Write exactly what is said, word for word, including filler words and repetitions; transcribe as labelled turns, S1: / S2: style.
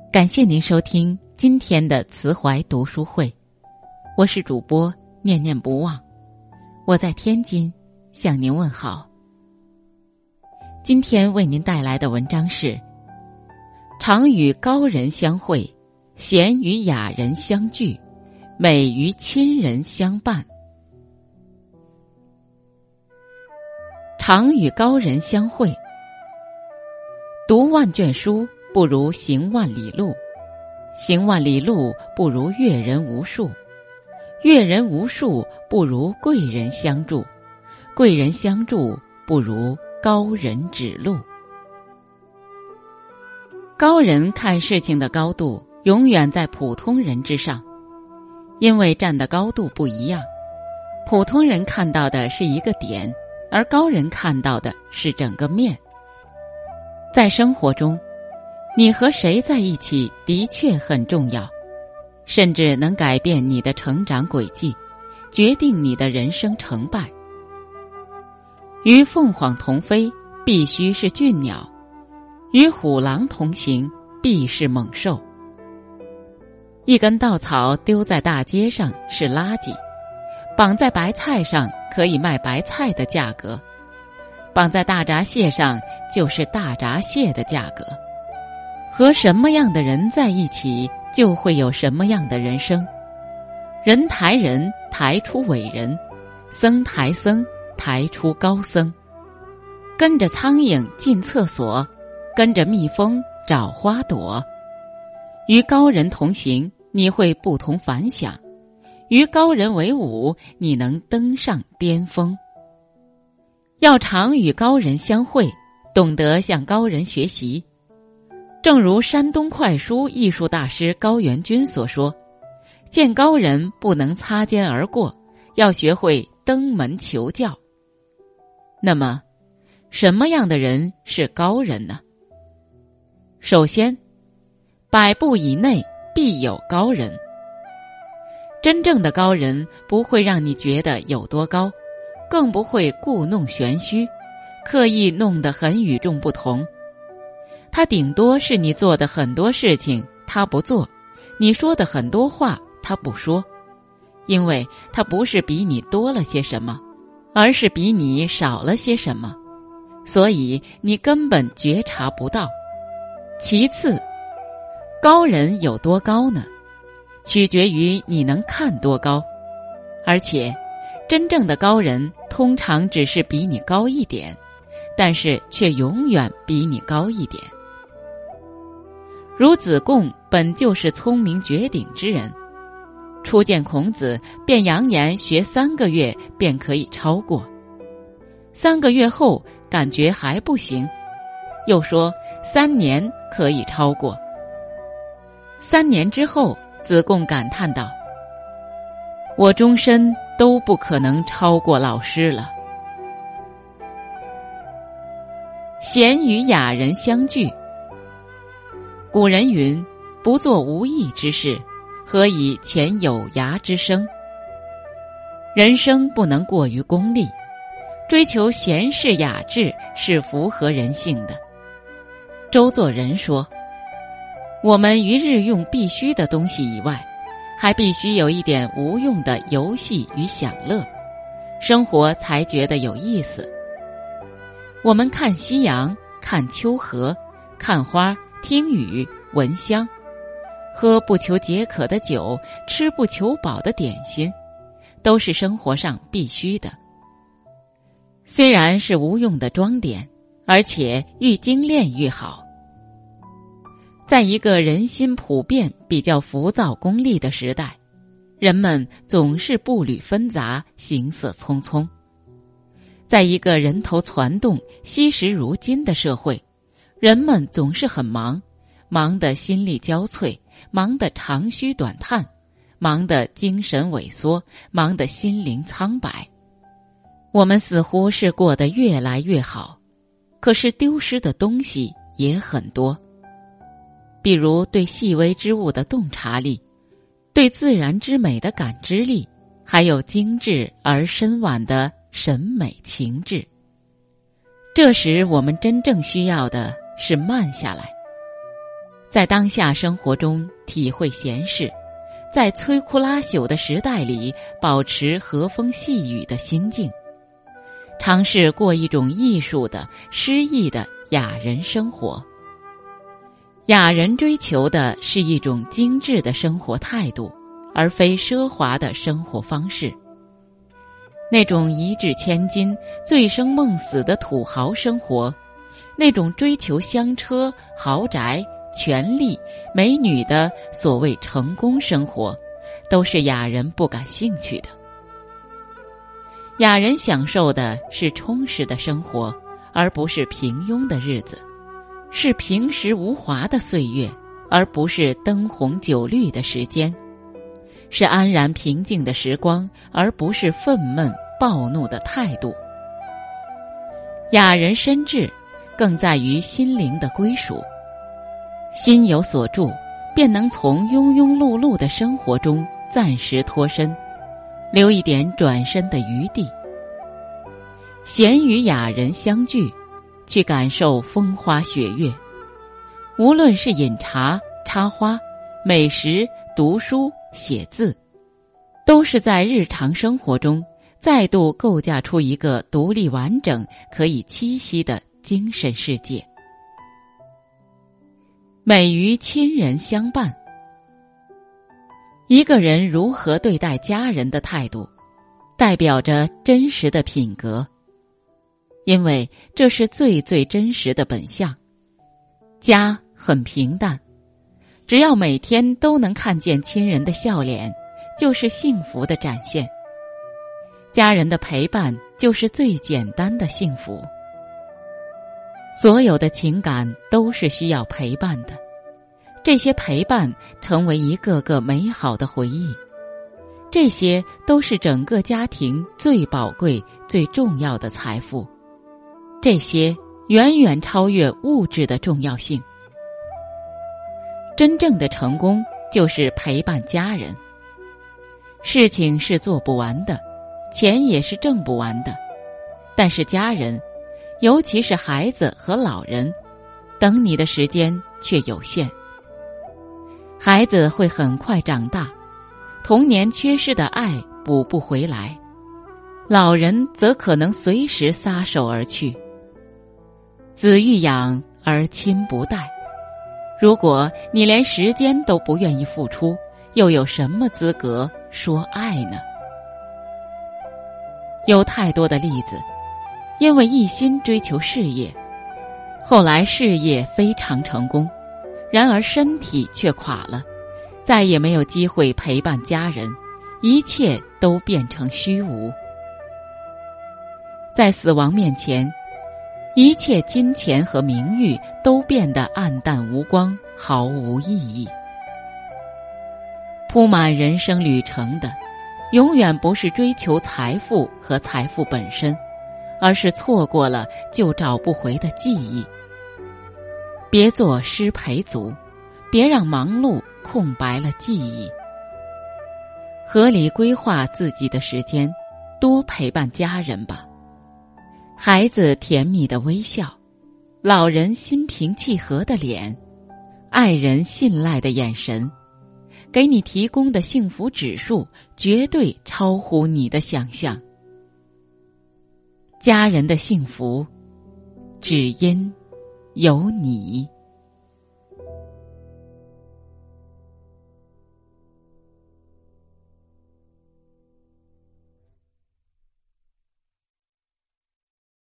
S1: 感谢您收听今天的慈怀读书会，我是主播念念不忘，我在天津向您问好。今天为您带来的文章是：常与高人相会，贤与雅人相聚，美与亲人相伴。常与高人相会，读万卷书不如行万里路，行万里路不如阅人无数，阅人无数不如贵人相助，贵人相助不如高人指路。高人看事情的高度永远在普通人之上，因为站的高度不一样，普通人看到的是一个点，而高人看到的是整个面。在生活中，你和谁在一起的确很重要，甚至能改变你的成长轨迹，决定你的人生成败。与凤凰同飞，必须是俊鸟；与虎狼同行，必是猛兽。一根稻草丢在大街上是垃圾，绑在白菜上可以卖白菜的价格，绑在大闸蟹上就是大闸蟹的价格。和什么样的人在一起，就会有什么样的人生。人抬人，抬出伟人；僧抬僧，抬出高僧。跟着苍蝇进厕所，跟着蜜蜂找花朵。与高人同行，你会不同凡响；与高人为伍，你能登上巅峰。要常与高人相会，懂得向高人学习。正如山东快书艺术大师高元军所说，见高人不能擦肩而过，要学会登门求教。那么，什么样的人是高人呢？首先，百步以内必有高人。真正的高人不会让你觉得有多高，更不会故弄玄虚，刻意弄得很与众不同。他顶多是你做的很多事情他不做，你说的很多话他不说，因为他不是比你多了些什么，而是比你少了些什么，所以你根本觉察不到。其次，高人有多高呢？取决于你能看多高，而且真正的高人通常只是比你高一点，但是却永远比你高一点。如子贡本就是聪明绝顶之人，初见孔子便扬言学三个月便可以超过，三个月后感觉还不行，又说三年可以超过。三年之后，子贡感叹道：我终身都不可能超过老师了。贤与雅人相聚。古人云：不做无益之事，何以遣有涯之声？人生不能过于功利，追求闲适雅致是符合人性的。周作人说，我们于日用必须的东西以外，还必须有一点无用的游戏与享乐，生活才觉得有意思。我们看夕阳，看秋荷，看花，听雨，闻香，喝不求解渴的酒，吃不求饱的点心，都是生活上必须的。虽然是无用的装点，而且愈精炼愈好。在一个人心普遍比较浮躁功利的时代，人们总是步履纷杂，行色匆匆。在一个人头攒动，惜时如金的社会，人们总是很忙，忙得心力交瘁，忙得长吁短叹，忙得精神萎缩，忙得心灵苍白。我们似乎是过得越来越好，可是丢失的东西也很多。比如对细微之物的洞察力，对自然之美的感知力，还有精致而深婉的审美情致。这时我们真正需要的是慢下来。 在当下生活中体会闲适，在摧枯拉朽的时代里保持和风细雨的心境，尝试过一种艺术的、诗意的雅人生活。雅人追求的是一种精致的生活态度，而非奢华的生活方式。那种一掷千金、醉生梦死的土豪生活，那种追求香车、豪宅、权力、美女的所谓成功生活，都是雅人不感兴趣的。雅人享受的是充实的生活，而不是平庸的日子，是平实无华的岁月，而不是灯红酒绿的时间，是安然平静的时光，而不是愤懑暴怒的态度。雅人深志，更在于心灵的归属。心有所住，便能从庸庸碌碌的生活中暂时脱身，留一点转身的余地。闲与雅人相聚，去感受风花雪月。无论是饮茶、插花、美食、读书、写字，都是在日常生活中再度构架出一个独立完整、可以栖息的精神世界。美于亲人相伴。一个人如何对待家人的态度，代表着真实的品格，因为这是最最真实的本相。家很平淡，只要每天都能看见亲人的笑脸，就是幸福的展现。家人的陪伴就是最简单的幸福。所有的情感都是需要陪伴的，这些陪伴成为一个个美好的回忆，这些都是整个家庭最宝贵、最重要的财富，这些远远超越物质的重要性。真正的成功就是陪伴家人。事情是做不完的，钱也是挣不完的，但是家人，尤其是孩子和老人，等你的时间却有限。孩子会很快长大，童年缺失的爱补不回来，老人则可能随时撒手而去。子欲养而亲不待，如果你连时间都不愿意付出，又有什么资格说爱呢？有太多的例子，因为一心追求事业，后来事业非常成功，然而身体却垮了，再也没有机会陪伴家人，一切都变成虚无。在死亡面前，一切金钱和名誉都变得暗淡无光，毫无意义。铺满人生旅程的，永远不是追求财富和财富本身，而是错过了就找不回的记忆。别做失陪族，别让忙碌空白了记忆。合理规划自己的时间，多陪伴家人吧。孩子甜蜜的微笑，老人心平气和的脸，爱人信赖的眼神，给你提供的幸福指数绝对超乎你的想象。家人的幸福，只因有你。